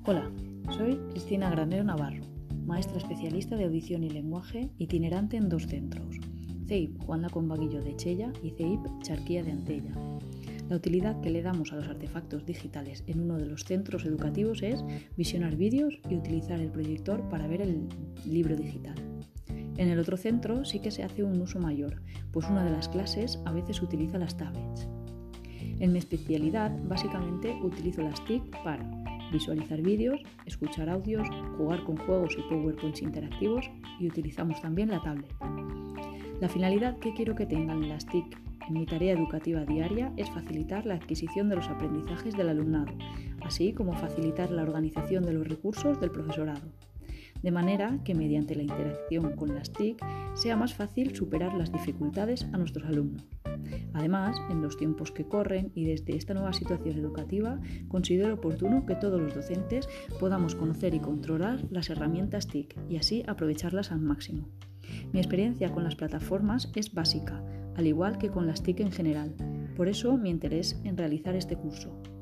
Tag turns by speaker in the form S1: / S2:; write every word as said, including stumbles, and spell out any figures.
S1: Hola, soy Cristina Granero Navarro, maestra especialista de audición y lenguaje itinerante en dos centros, C E I P Juan de Combaguillo de Chella y C E I P Charquía de Antella. La utilidad que le damos a los artefactos digitales en uno de los centros educativos es visionar vídeos y utilizar el proyector para ver el libro digital. En el otro centro sí que se hace un uso mayor, pues una de las clases a veces utiliza las tablets. En mi especialidad, básicamente utilizo las T I C para visualizar vídeos, escuchar audios, jugar con juegos y PowerPoints interactivos y utilizamos también la tablet. La finalidad que quiero que tengan las T I C en mi tarea educativa diaria es facilitar la adquisición de los aprendizajes del alumnado, así como facilitar la organización de los recursos del profesorado, de manera que mediante la interacción con las T I C sea más fácil superar las dificultades a nuestros alumnos. Además, en los tiempos que corren y desde esta nueva situación educativa, considero oportuno que todos los docentes podamos conocer y controlar las herramientas T I C y así aprovecharlas al máximo. Mi experiencia con las plataformas es básica, al igual que con las T I C en general. Por eso mi interés en realizar este curso.